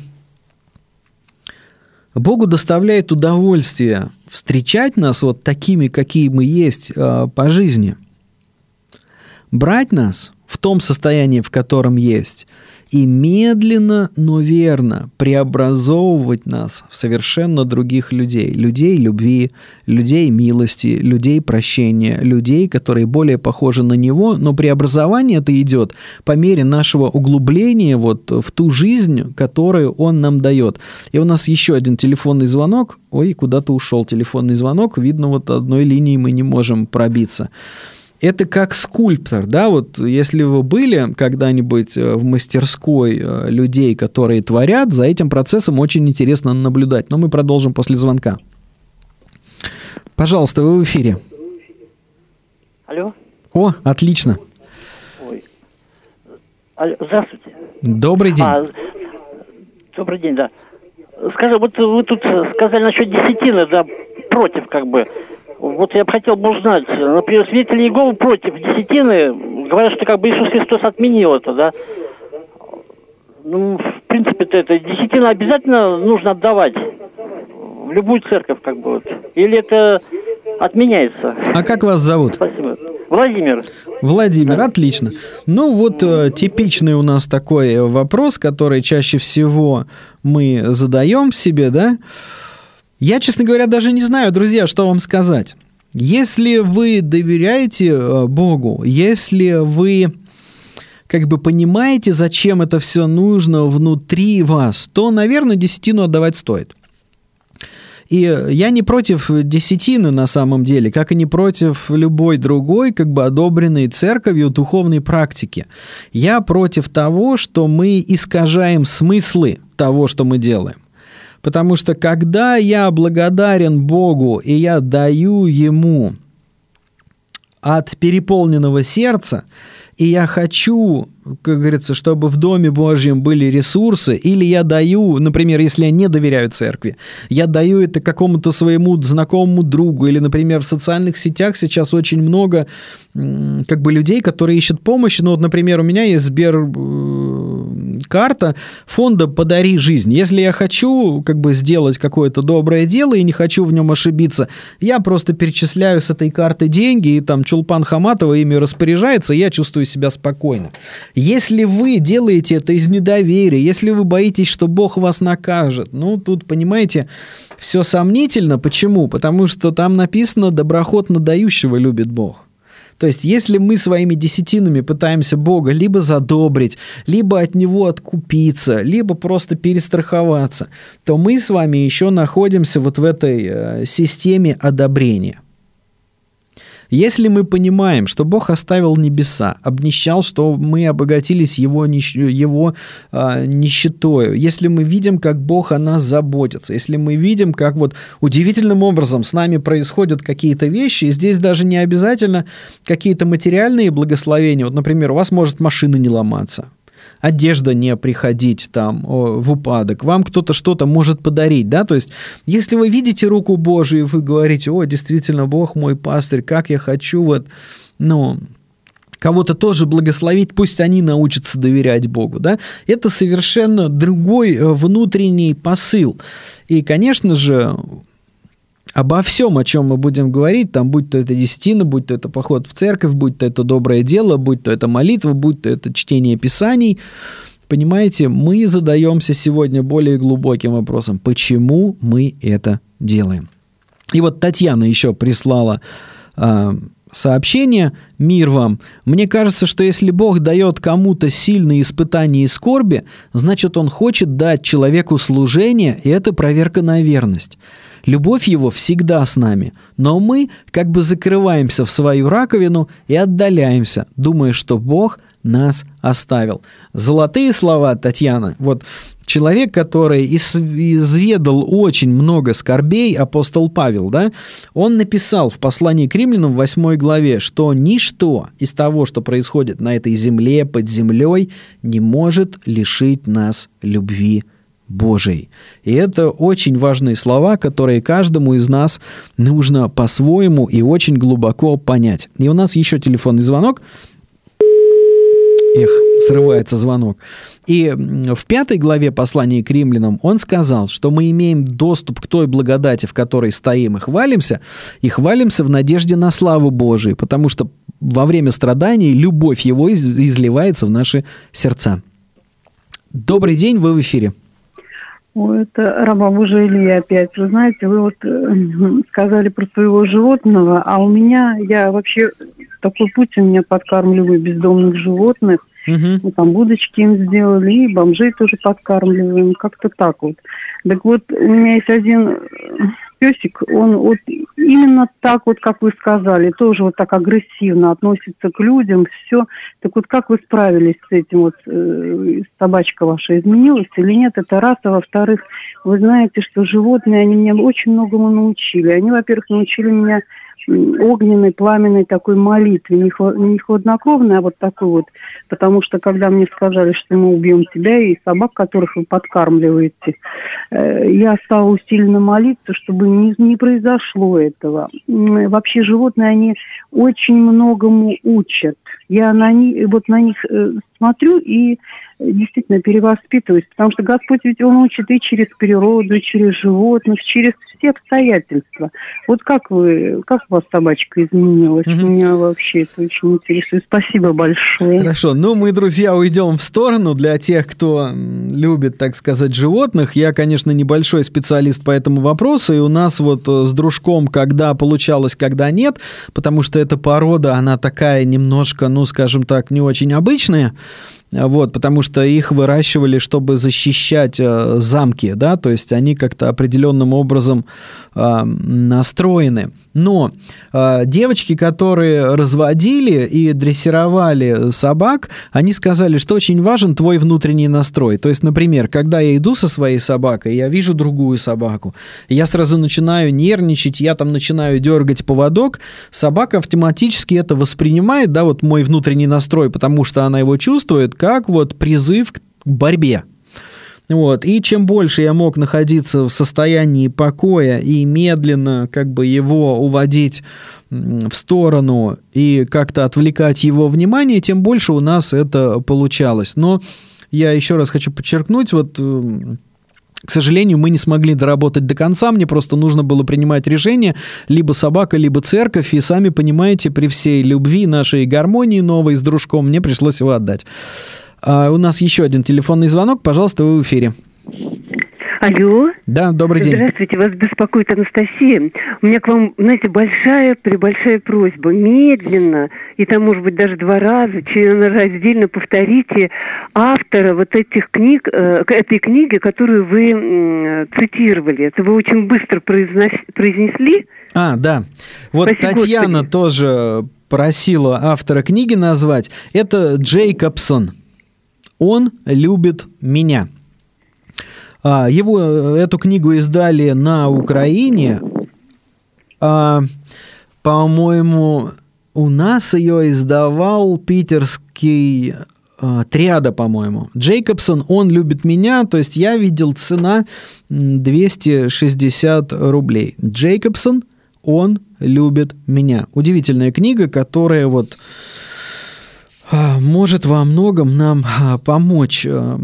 Богу доставляет удовольствие встречать нас вот такими, какие мы есть э, по жизни, брать нас в том состоянии, в котором есть, и медленно, но верно преобразовывать нас в совершенно других людей. Людей любви, людей милости, людей прощения, людей, которые более похожи на Него, но преобразование это идет по мере нашего углубления вот в ту жизнь, которую Он нам дает. И у нас еще один телефонный звонок. Ой, куда-то ушел телефонный звонок. Видно, вот одной линии мы не можем пробиться. Это как скульптор, да, вот если вы были когда-нибудь в мастерской людей, которые творят, за этим процессом очень интересно наблюдать. Но мы продолжим после звонка. Пожалуйста, вы в эфире.
Алло.
О, отлично.
Ой. Алло, здравствуйте.
Добрый день. А,
добрый день, да. Скажи, вот вы тут сказали насчет десятины, да, против как бы. Вот я бы хотел бы узнать, например, свидетели Иеговы против десятины, говорят, что как бы Иисус Христос отменил это, да? Ну, в принципе-то это десятину обязательно нужно отдавать в любую церковь, как бы вот. Или это отменяется?
А как вас зовут?
Спасибо. Владимир.
Владимир, да. Отлично. Ну вот э, типичный у нас такой вопрос, который чаще всего мы задаем себе, да? Я, честно говоря, даже не знаю, друзья, что вам сказать. Если вы доверяете Богу, если вы как бы понимаете, зачем это все нужно внутри вас, то, наверное, десятину отдавать стоит. И я не против десятины на самом деле, как и не против любой другой, как бы одобренной церковью духовной практики. Я против того, что мы искажаем смыслы того, что мы делаем. Потому что когда я благодарен Богу и я даю Ему от переполненного сердца, и я хочу, как говорится, чтобы в Доме Божьем были ресурсы, или я даю, например, если я не доверяю церкви, я даю это какому-то своему знакомому другу, или, например, в социальных сетях сейчас очень много как бы людей, которые ищут помощи. Ну вот, например, у меня есть Сберкарта фонда «Подари жизнь». Если я хочу как бы сделать какое-то доброе дело и не хочу в нем ошибиться, я просто перечисляю с этой карты деньги, и там Чулпан Хаматова ими распоряжается, и я чувствую себя спокойно. Если вы делаете это из недоверия, если вы боитесь, что Бог вас накажет, ну, тут, понимаете, все сомнительно. Почему? Потому что там написано «доброхотно дающего любит Бог». То есть, если мы своими десятинами пытаемся Бога либо задобрить, либо от Него откупиться, либо просто перестраховаться, то мы с вами еще находимся вот в этой системе одобрения. Если мы понимаем, что Бог оставил небеса, обнищал, что мы обогатились Его, нищ... его а, нищетою, если мы видим, как Бог о нас заботится, если мы видим, как вот удивительным образом с нами происходят какие-то вещи, и здесь даже не обязательно какие-то материальные благословения. Вот, например, у вас может машина не ломаться, одежда не приходить там о, в упадок, вам кто-то что-то может подарить, да, то есть если вы видите руку Божию, вы говорите: о, действительно, Бог мой пастырь, как я хочу вот, ну, кого-то тоже благословить, пусть они научатся доверять Богу, да, это совершенно другой внутренний посыл, и, конечно же, обо всем, о чем мы будем говорить, там, будь то это десятина, будь то это поход в церковь, будь то это доброе дело, будь то это молитва, будь то это чтение Писаний, понимаете, мы задаемся сегодня более глубоким вопросом, почему мы это делаем. И вот Татьяна еще прислала э, сообщение: «Мир вам. Мне кажется, что если Бог дает кому-то сильные испытания и скорби, значит, Он хочет дать человеку служение, и это проверка на верность. Любовь Его всегда с нами, но мы как бы закрываемся в свою раковину и отдаляемся, думая, что Бог нас оставил». Золотые слова, Татьяна. Вот человек, который изведал очень много скорбей, апостол Павел, да, он написал в послании к Римлянам в восьмой главе, что ничто из того, что происходит на этой земле, под землей, не может лишить нас любви Божией. И это очень важные слова, которые каждому из нас нужно по-своему и очень глубоко понять. И у нас еще телефонный звонок. Эх, срывается звонок. И в пятой главе послания к Римлянам он сказал, что мы имеем доступ к той благодати, в которой стоим и хвалимся, и хвалимся в надежде на славу Божию, потому что во время страданий любовь Его изливается в наши сердца. Добрый день, вы в эфире.
Ой, это раба Божия Илья опять. Вы знаете, вы вот э, сказали про своего животного, а у меня, я вообще, такой путь у меня подкармливаю бездомных животных. Uh-huh. Мы там будочки им сделали, и бомжей тоже подкармливаем, как-то так вот. Так вот, у меня есть один песик, он вот именно так вот, как вы сказали, тоже вот так агрессивно относится к людям, все. Так вот, как вы справились с этим, вот э, собачка ваша изменилась или нет, это раз, а во-вторых, вы знаете, что животные, они меня очень многому научили. Они, во-первых, научили меня огненной, пламенной такой молитве, не хладнокровной, а вот такой вот, потому что когда мне сказали, что мы убьем тебя и собак, которых вы подкармливаете, я стала усиленно молиться, чтобы не, не произошло этого. Вообще животные, они очень многому учат. Я на них, вот на них смотрю и действительно перевоспитываюсь, потому что Господь ведь Он учит и через природу, и через животных, через все обстоятельства. Вот как вы, как у вас собачка изменилась? Mm-hmm. Меня вообще это очень интересует. Спасибо большое.
Хорошо, ну мы, друзья, уйдем в сторону. Для тех, кто любит, так сказать, животных, я, конечно, небольшой специалист по этому вопросу, и у нас вот с дружком когда получалось, когда нет, потому что эта порода, она такая немножко, ну, скажем так, не очень обычная. Вот, потому что их выращивали, чтобы защищать э, замки, да, то есть они как-то определенным образом э, настроены. Но э, девочки, которые разводили и дрессировали собак, они сказали, что очень важен твой внутренний настрой. То есть, например, когда я иду со своей собакой, я вижу другую собаку, я сразу начинаю нервничать, я там начинаю дергать поводок, собака автоматически это воспринимает, да, вот мой внутренний настрой, потому что она его чувствует, как вот призыв к борьбе. Вот. И чем больше я мог находиться в состоянии покоя и медленно как бы его уводить в сторону и как-то отвлекать его внимание, тем больше у нас это получалось. Но я еще раз хочу подчеркнуть, вот, к сожалению, мы не смогли доработать до конца, мне просто нужно было принимать решение, либо собака, либо церковь, и сами понимаете, при всей любви нашей гармонии новой с дружком мне пришлось его отдать. А у нас еще один телефонный звонок, пожалуйста, вы в эфире.
Алло.
Да, добрый день.
Здравствуйте, вас беспокоит Анастасия. У меня к вам, знаете, большая-пребольшая просьба. Медленно, и там, может быть, даже два раза, членораздельно повторите автора вот этих книг, э, этой книги, которую вы э, цитировали. Это вы очень быстро произнос, произнесли.
А, да. Вот
Спасибо,
Татьяна
Господи.
тоже просила автора книги назвать. Это Джейкобсон. «Он любит меня». А, его, эту книгу издали на Украине. А, по-моему, у нас ее издавал питерский а, Триада, по-моему. Джейкобсон «Он любит меня», то есть я видел, цена двести шестьдесят рублей. Джейкобсон «Он любит меня». Удивительная книга, которая вот а, может во многом нам а, помочь а,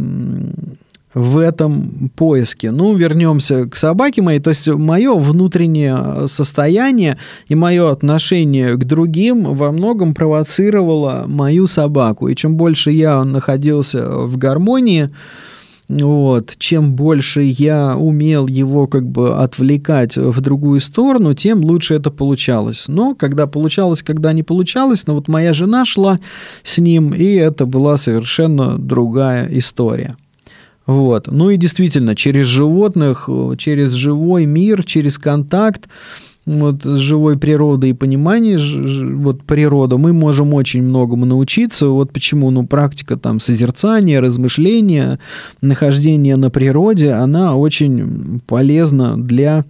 в этом поиске. Ну, вернемся к собаке моей. То есть мое внутреннее состояние и мое отношение к другим во многом провоцировало мою собаку. И чем больше я находился в гармонии, вот, чем больше я умел его как бы отвлекать в другую сторону, тем лучше это получалось. Но когда получалось, когда не получалось, но вот моя жена шла с ним, и это была совершенно другая история. Вот. Ну и действительно, через животных, через живой мир, через контакт вот, с живой природой и понимание вот, природы мы можем очень многому научиться. Вот почему ну, практика там, созерцания, размышления, нахождения на природе, она очень полезна для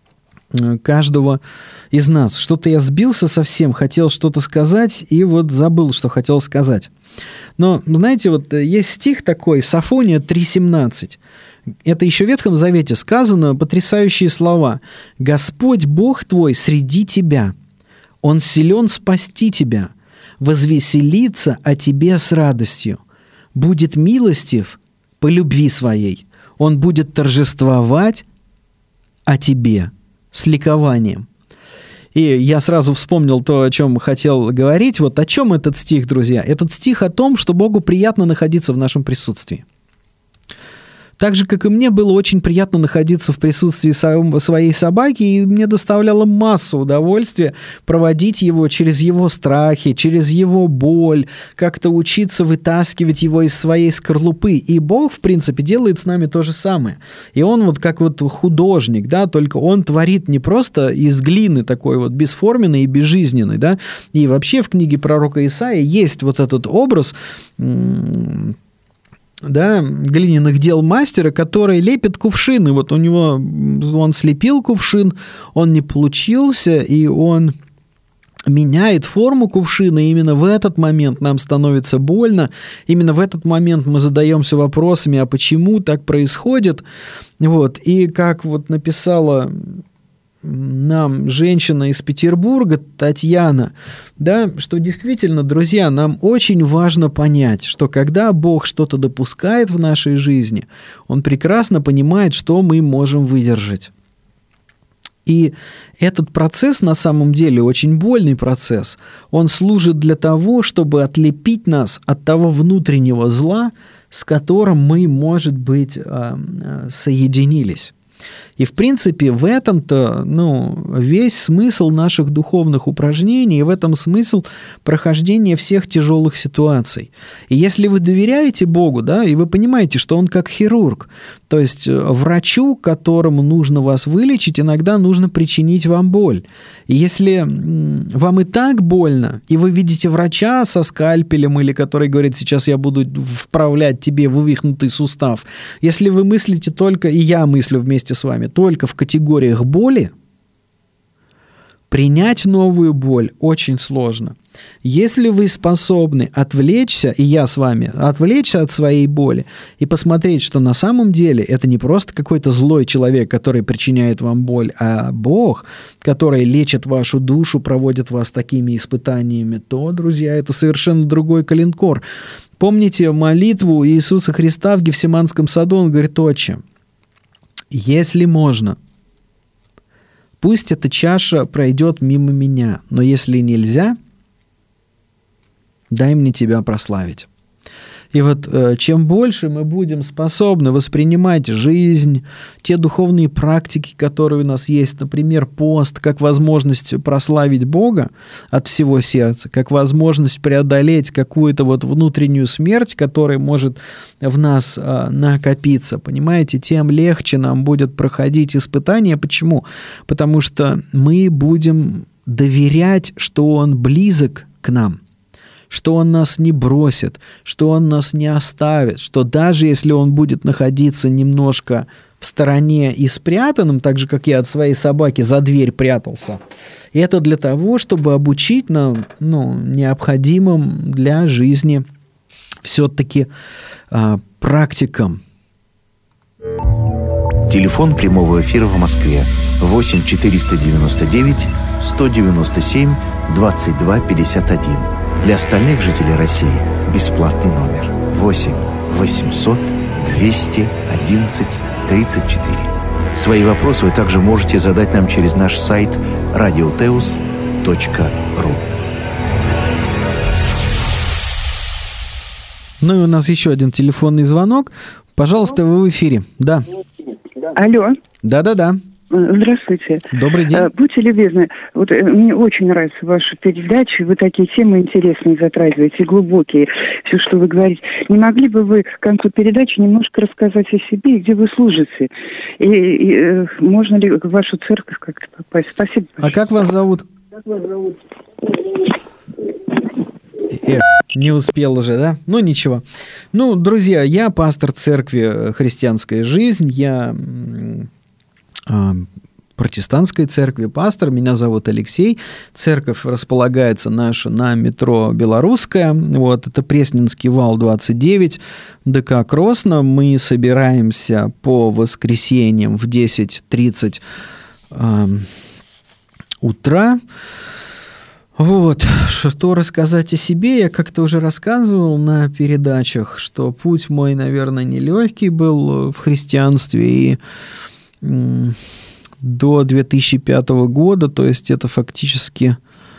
каждого из нас. Что-то я сбился совсем, хотел что-то сказать, и вот забыл, что хотел сказать. Но, знаете, вот есть стих такой, Софония три семнадцать. Это еще в Ветхом Завете сказано, потрясающие слова. «Господь Бог твой среди тебя, Он силен спасти тебя, возвеселится о тебе с радостью, будет милостив по любви своей, Он будет торжествовать о тебе с ликованием». И я сразу вспомнил то, о чем хотел говорить. Вот о чем этот стих, друзья? Этот стих о том, что Богу приятно находиться в нашем присутствии. Так же, как и мне, было очень приятно находиться в присутствии своей собаки, и мне доставляло массу удовольствия проводить его через его страхи, через его боль, как-то учиться вытаскивать его из своей скорлупы. И Бог, в принципе, делает с нами то же самое. И Он вот как вот художник, да, только Он творит не просто из глины такой вот бесформенной и безжизненной, да, и вообще в книге пророка Исаии есть вот этот образ, да, глиняных дел мастера, который лепит кувшины. Вот у него, он слепил кувшин, он не получился, и он меняет форму кувшина, и именно в этот момент нам становится больно, именно в этот момент мы задаемся вопросами, а почему так происходит, вот, и как вот написала нам женщина из Петербурга, Татьяна, да, что действительно, друзья, нам очень важно понять, что когда Бог что-то допускает в нашей жизни, Он прекрасно понимает, что мы можем выдержать. И этот процесс на самом деле очень больный процесс. Он служит для того, чтобы отлепить нас от того внутреннего зла, с которым мы, может быть, соединились. И, в принципе, в этом-то, ну, весь смысл наших духовных упражнений, и в этом смысл прохождения всех тяжелых ситуаций. И если вы доверяете Богу, да, и вы понимаете, что Он как хирург, то есть врачу, которому нужно вас вылечить, иногда нужно причинить вам боль. И если вам и так больно, и вы видите врача со скальпелем, или который говорит, сейчас я буду вправлять тебе вывихнутый сустав, если вы мыслите только, и я мыслю вместе с вами, только в категориях боли, принять новую боль очень сложно. Если вы способны отвлечься, и я с вами, отвлечься от своей боли и посмотреть, что на самом деле это не просто какой-то злой человек, который причиняет вам боль, а Бог, который лечит вашу душу, проводит вас такими испытаниями, то, друзья, это совершенно другой коленкор. Помните молитву Иисуса Христа в Гефсиманском саду? Он говорит: «Отче, если можно, пусть эта чаша пройдет мимо меня, но если нельзя, дай мне тебя прославить». И вот э, чем больше мы будем способны воспринимать жизнь, те духовные практики, которые у нас есть, например, пост, как возможность прославить Бога от всего сердца, как возможность преодолеть какую-то вот внутреннюю смерть, которая может в нас э, накопиться, понимаете, тем легче нам будет проходить испытания. Почему? Потому что мы будем доверять, что Он близок к нам, что Он нас не бросит, что Он нас не оставит, что даже если Он будет находиться немножко в стороне и спрятанным, так же, как я от своей собаки за дверь прятался, это для того, чтобы обучить нам, ну, необходимым для жизни все-таки а, практикам.
Телефон прямого эфира в Москве восемь четыреста девяносто девять сто девяносто семь двадцать два пятьдесят один. Для остальных жителей России бесплатный номер восемь восемьсот двести одиннадцать тридцать четыре. Свои вопросы вы также можете задать нам через наш сайт радиотеус точка ру.
Ну и у нас еще один телефонный звонок. Пожалуйста, вы в эфире. Да.
Алло.
Да-да-да.
Здравствуйте.
Добрый день.
Будьте любезны, вот мне очень нравится ваша передача, вы такие темы интересные затрагиваете, глубокие, все, что вы говорите. Не могли бы вы к концу передачи немножко рассказать о себе, и где вы служите? И, и можно ли в вашу церковь как-то попасть? Спасибо большое.
А как вас зовут?
Как вас зовут?
Эх, не успел уже, да? Ну, ничего. Ну, друзья, я пастор церкви «Христианская жизнь», я э, протестантской церкви пастор, меня зовут Алексей. Церковь располагается наша на метро Белорусская, вот, это Пресненский вал, двадцать девять, ДК Кросно. Мы собираемся по воскресеньям в десять тридцать э, утра. Вот, что рассказать о себе, я как-то уже рассказывал на передачах, что путь мой, наверное, нелегкий был в христианстве, и м, до две тысячи пятого года, то есть это фактически,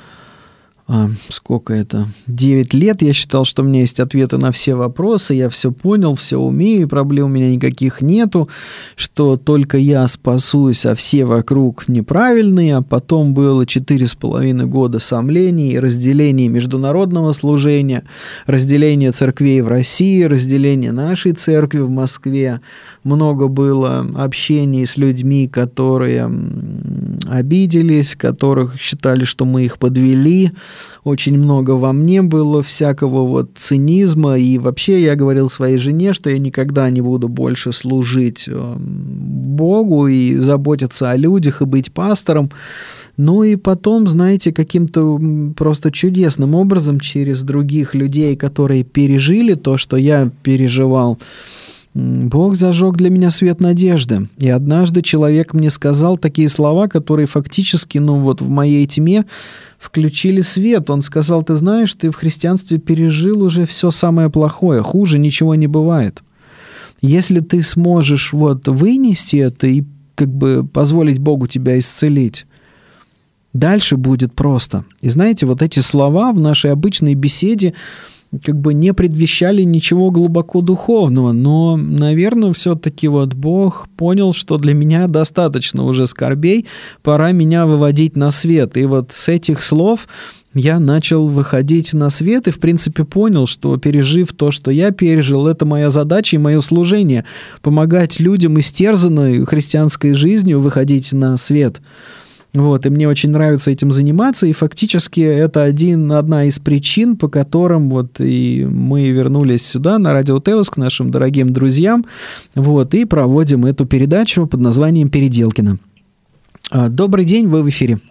а, сколько это, девять лет, я считал, что у меня есть ответы на все вопросы, я все понял, все умею, проблем у меня никаких нету, что только я спасусь, а все вокруг неправильные, а потом было четыре с половиной года сомнений, разделений международного служения, разделение церквей в России, разделение нашей церкви в Москве, много было общений с людьми, которые обиделись, которых считали, что мы их подвели. Очень много во мне было всякого вот цинизма, и вообще я говорил своей жене, что я никогда не буду больше служить Богу и заботиться о людях и быть пастором. Ну и потом, знаете, каким-то просто чудесным образом через других людей, которые пережили то, что я переживал, Бог зажег для меня свет надежды. И однажды человек мне сказал такие слова, которые фактически, ну вот в моей тьме включили свет. Он сказал: ты знаешь, ты в христианстве пережил уже все самое плохое, хуже ничего не бывает. Если ты сможешь вот вынести это и как бы позволить Богу тебя исцелить, дальше будет просто. И знаете, вот эти слова в нашей обычной беседе как бы не предвещали ничего глубоко духовного, но, наверное, все-таки вот Бог понял, что для меня достаточно уже скорбей, пора меня выводить на свет. И вот с этих слов я начал выходить на свет и, в принципе, понял, что, пережив то, что я пережил, это моя задача и мое служение – помогать людям, истерзанной христианской жизнью, выходить на свет. Вот, и мне очень нравится этим заниматься, и фактически это один, одна из причин, по которым вот и мы вернулись сюда, на Радио Теос, к нашим дорогим друзьям, вот, и проводим эту передачу под названием «Переделкино». Добрый день, вы в эфире.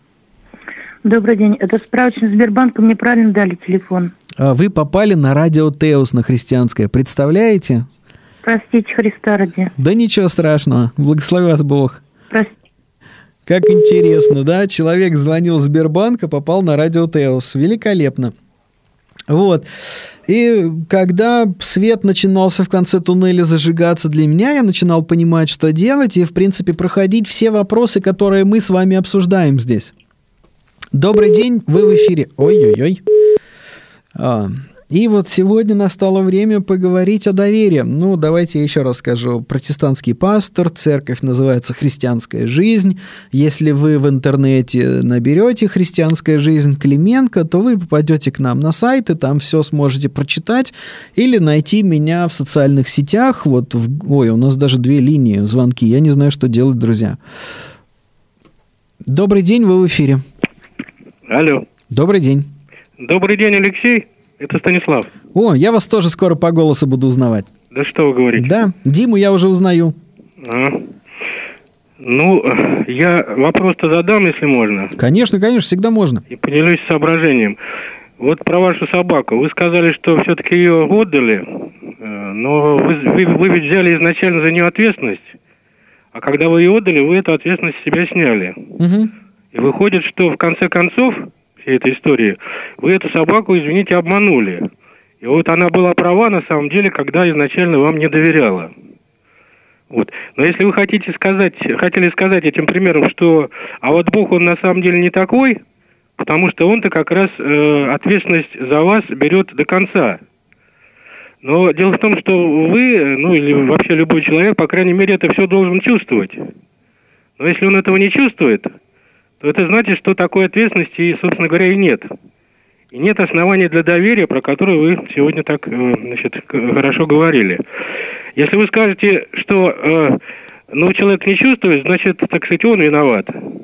Добрый день, это справочный Сбербанка, мне правильно дали телефон.
Вы попали на Радио Теос, на христианское, представляете?
Простите, Христа ради.
Да ничего страшного, благослови вас Бог.
Простите.
Как интересно, да? Человек звонил в Сбербанк, а попал на Радио Теос. Великолепно. Вот. И когда свет начинался в конце туннеля зажигаться для меня, я начинал понимать, что делать, и, в принципе, проходить все вопросы, которые мы с вами обсуждаем здесь. Добрый день, вы в эфире. Ой-ой-ой. А, И вот сегодня настало время поговорить о доверии. Ну, давайте я еще раз скажу. Протестантский пастор, церковь называется «Христианская жизнь». Если вы в интернете наберете «Христианская жизнь Клименко», то вы попадете к нам на сайт, и там все сможете прочитать или найти меня в социальных сетях. Вот, в... Ой, у нас даже две линии, звонки. Я не знаю, что делать, друзья. Добрый день, вы в эфире.
Алло.
Добрый день.
Добрый день, Алексей. Это Станислав.
О, я вас тоже скоро по голосу буду узнавать.
Да что вы говорите?
Да, Диму я уже узнаю.
А. Ну, я вопрос-то задам, если можно.
Конечно, конечно, всегда можно.
И поделюсь соображением. Вот про вашу собаку. Вы сказали, что все-таки ее отдали, но вы, вы, вы ведь взяли изначально за нее ответственность, а когда вы ее отдали, вы эту ответственность с себя сняли.
Угу.
И выходит, что в конце концов всей этой истории вы эту собаку, извините, обманули. И вот она была права на самом деле, когда изначально вам не доверяла. Вот. Но если вы хотите сказать, хотели сказать этим примером, что а вот Бог, он на самом деле не такой, потому что он-то как раз э, ответственность за вас берет до конца. Но дело в том, что вы, ну или вообще любой человек, по крайней мере, это все должен чувствовать. Но если он этого не чувствует, то это значит, что такой ответственности, собственно говоря, и нет. И нет оснований для доверия, про которое вы сегодня так, значит, хорошо говорили. Если вы скажете, что ну, человек не чувствует, значит, так сказать, он виноват,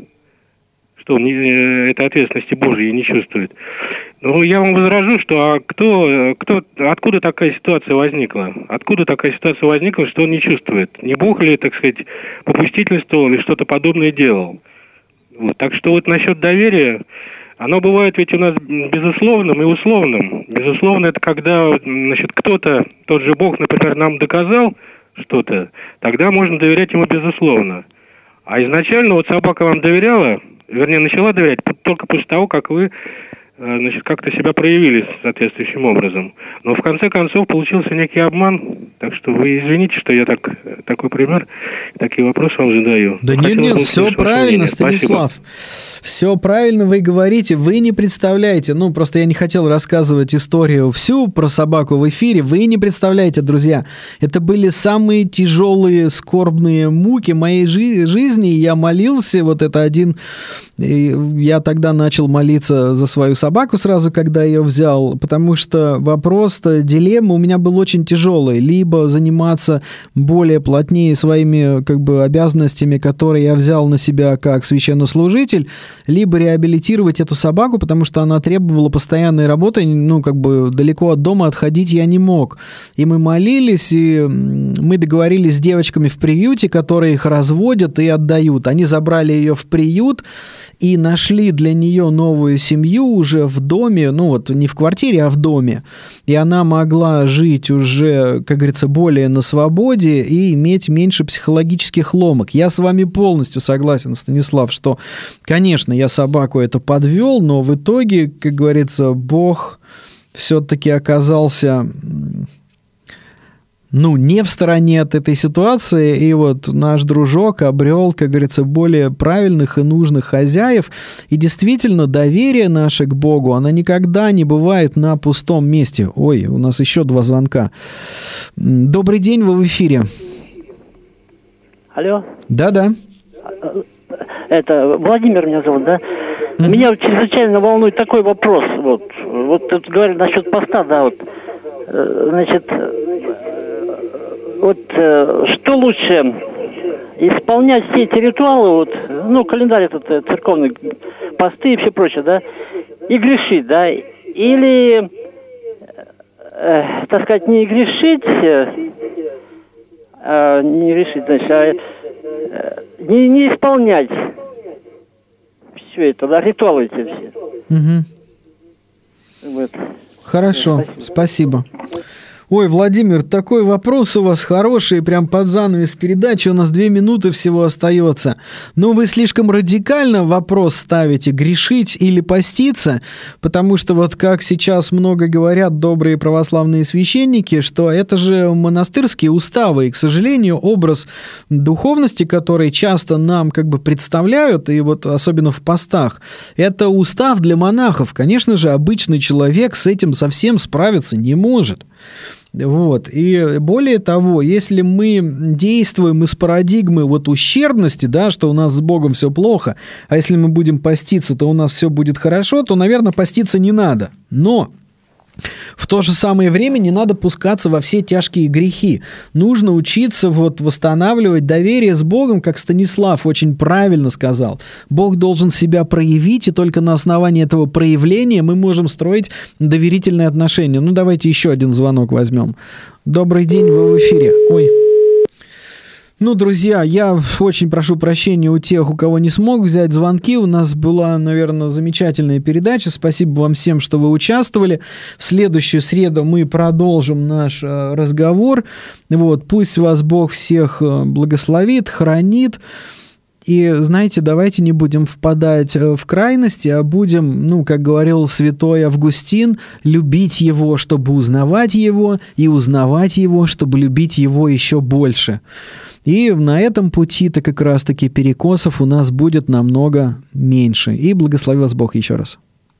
что он этой ответственности Божьей не чувствует. Ну, я вам возражу, что а кто, кто, откуда такая ситуация возникла? Откуда такая ситуация возникла, что он не чувствует? Не Бог ли, так сказать, попустительствовал или что-то подобное делал? Вот. Так что вот насчет доверия, оно бывает ведь у нас безусловным и условным. Безусловно, это когда, значит, кто-то, тот же Бог, например, нам доказал что-то, тогда можно доверять ему безусловно. А изначально вот собака вам доверяла, вернее, начала доверять только после того, как вы, значит, как-то себя проявили соответствующим образом. Но в конце концов получился некий обман. Так что вы извините, что я так, такой пример, такие вопросы вам задаю.
Да нет, нет, все правильно, Станислав. Спасибо. Все правильно вы говорите. Вы не представляете, ну, просто я не хотел рассказывать историю всю про собаку в эфире. Вы не представляете, друзья. Это были самые тяжелые, скорбные муки моей жи- жизни. Я молился, вот это один... Я тогда начал молиться за свою собаку сразу, когда ее взял, потому что вопрос-то, дилемма у меня был очень тяжелый. Либо заниматься более плотнее своими как бы обязанностями, которые я взял на себя как священнослужитель, либо реабилитировать эту собаку, потому что она требовала постоянной работы, ну, как бы далеко от дома отходить я не мог. И мы молились, и мы договорились с девочками в приюте, которые их разводят и отдают. Они забрали ее в приют и нашли для нее новую семью уже в доме, ну вот не в квартире, а в доме. И она могла жить уже, как говорится, более на свободе и иметь меньше психологических ломок. Я с вами полностью согласен, Станислав, что, конечно, я собаку это подвел, но в итоге, как говорится, Бог все-таки оказался... ну, не в стороне от этой ситуации, и вот наш дружок обрел, как говорится, более правильных и нужных хозяев, и действительно доверие наше к Богу, оно никогда не бывает на пустом месте. Ой, у нас еще два звонка. Добрый день, вы в эфире.
Алло.
Да-да.
Это Владимир меня зовут, да? Mm-hmm. Меня чрезвычайно волнует такой вопрос, вот, вот тут говорили насчет поста, да, вот, значит, вот что лучше, исполнять все эти ритуалы, вот, ну, календарь этот церковный, посты и все прочее, да, и грешить, да, или, э, так сказать, не грешить, э, не грешить, значит, а э, не, не исполнять все это, да, ритуалы эти все.
Угу.
Вот.
Хорошо, спасибо. спасибо. Ой, Владимир, такой вопрос у вас хороший, прям под занавес передачи, у нас две минуты всего остается. Но вы слишком радикально вопрос ставите, грешить или поститься, потому что вот как сейчас много говорят добрые православные священники, что это же монастырские уставы, и, к сожалению, образ духовности, который часто нам как бы представляют, и вот особенно в постах, это устав для монахов. Конечно же, обычный человек с этим совсем справиться не может. Вот. И более того, если мы действуем из парадигмы вот ущербности, да, что у нас с Богом все плохо, а если мы будем поститься, то у нас все будет хорошо, то, наверное, поститься не надо. Но в то же самое время не надо пускаться во все тяжкие грехи. Нужно учиться вот восстанавливать доверие с Богом, как Станислав очень правильно сказал. Бог должен себя проявить, и только на основании этого проявления мы можем строить доверительные отношения. Ну, давайте еще один звонок возьмем. Добрый день, вы в эфире. Ой. Ну, друзья, я очень прошу прощения у тех, у кого не смог взять звонки. У нас была, наверное, замечательная передача. Спасибо вам всем, что вы участвовали. В следующую среду мы продолжим наш э, разговор. Вот, пусть вас Бог всех благословит, хранит. И, знаете, давайте не будем впадать в крайности, а будем, ну, как говорил святой Августин, любить Его, чтобы узнавать Его, и узнавать Его, чтобы любить Его еще больше. И на этом пути-то как раз-таки перекосов у нас будет намного меньше. И благослови вас Бог еще раз.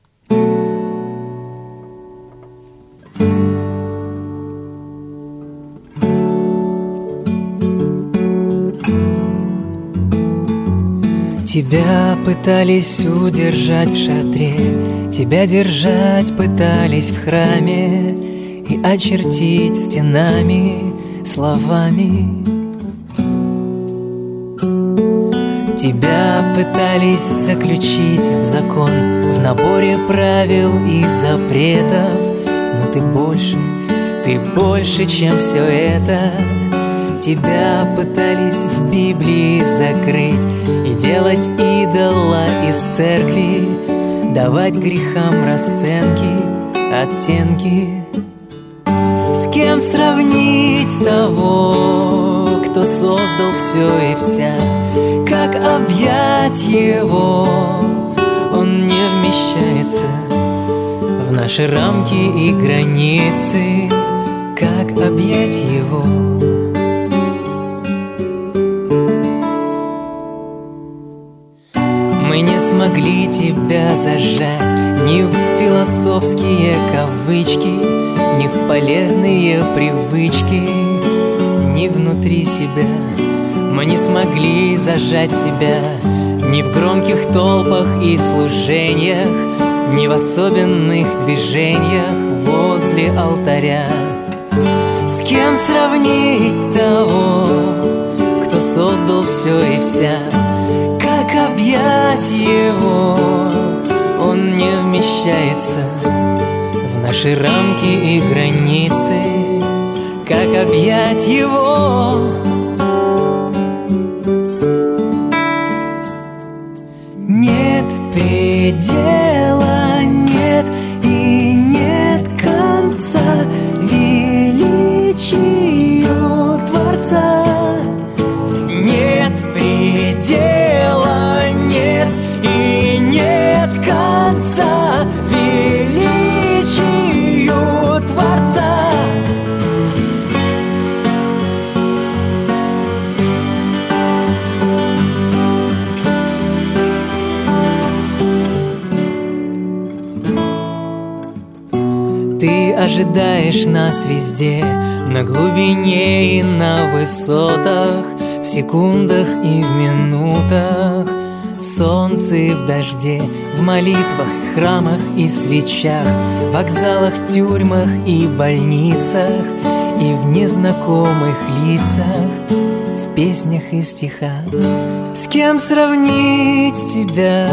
Тебя пытались удержать в шатре, тебя держать пытались в храме и очертить стенами словами. Тебя пытались заключить в закон, в наборе правил и запретов, но ты больше, ты больше, чем все это. Тебя пытались в Библии закрыть и делать идола из церкви, давать грехам расценки, оттенки. С кем сравнить того, кто создал все и вся? Как объять его? Он не вмещается в наши рамки и границы. Как объять его? Мы не смогли тебя зажать ни в философские кавычки, ни в полезные привычки, ни внутри себя. Мы не смогли зажать тебя ни в громких толпах и служениях, ни в особенных движениях возле алтаря. С кем сравнить того, кто создал все и вся? Как объять его? Он не вмещается в наши рамки и границы. Как объять его? Нет предела, нет и нет конца величию Творца. Нет предела, нет и нет конца величию Творца. Ты ожидаешь нас везде, на глубине и на высотах, в секундах и в минутах, в солнце и в дожде, в молитвах, храмах и свечах, в вокзалах, тюрьмах и больницах, и в незнакомых лицах, в песнях и стихах. С кем сравнить тебя?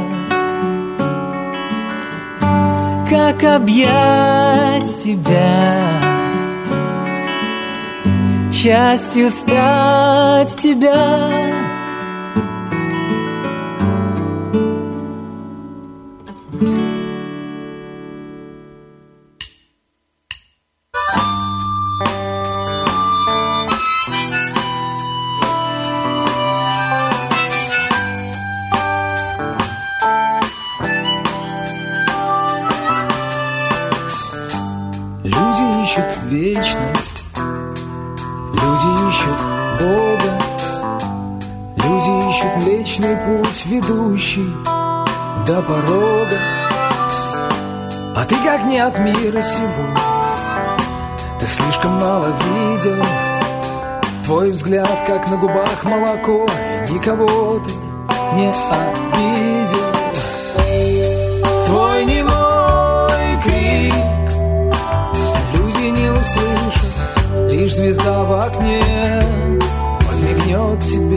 Как объять тебя? Частью стать тебя?
Люди ищут вечность, люди ищут Бога, люди ищут Млечный Путь, ведущий до порога. А ты как не от мира сего, ты слишком мало видел. Твой взгляд, как на губах молоко, и никого ты не обидел. Твой немой крик люди не услышат, лишь звезда в окне подмигнет тебе.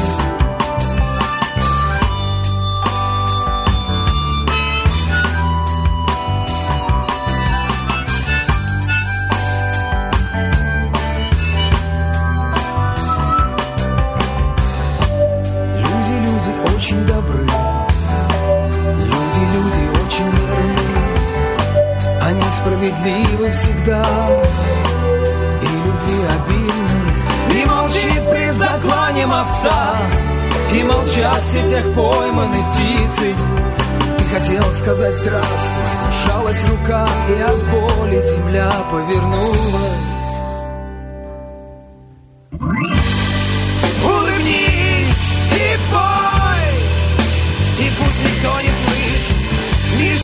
Очень добры, люди, люди очень мирны, они справедливы всегда и любви обильны. И молчит пред закланием овца, и молчат в сетях пойманы птицы. Ты хотел сказать здравствуй, но сжалась рука, и от боли земля повернулась.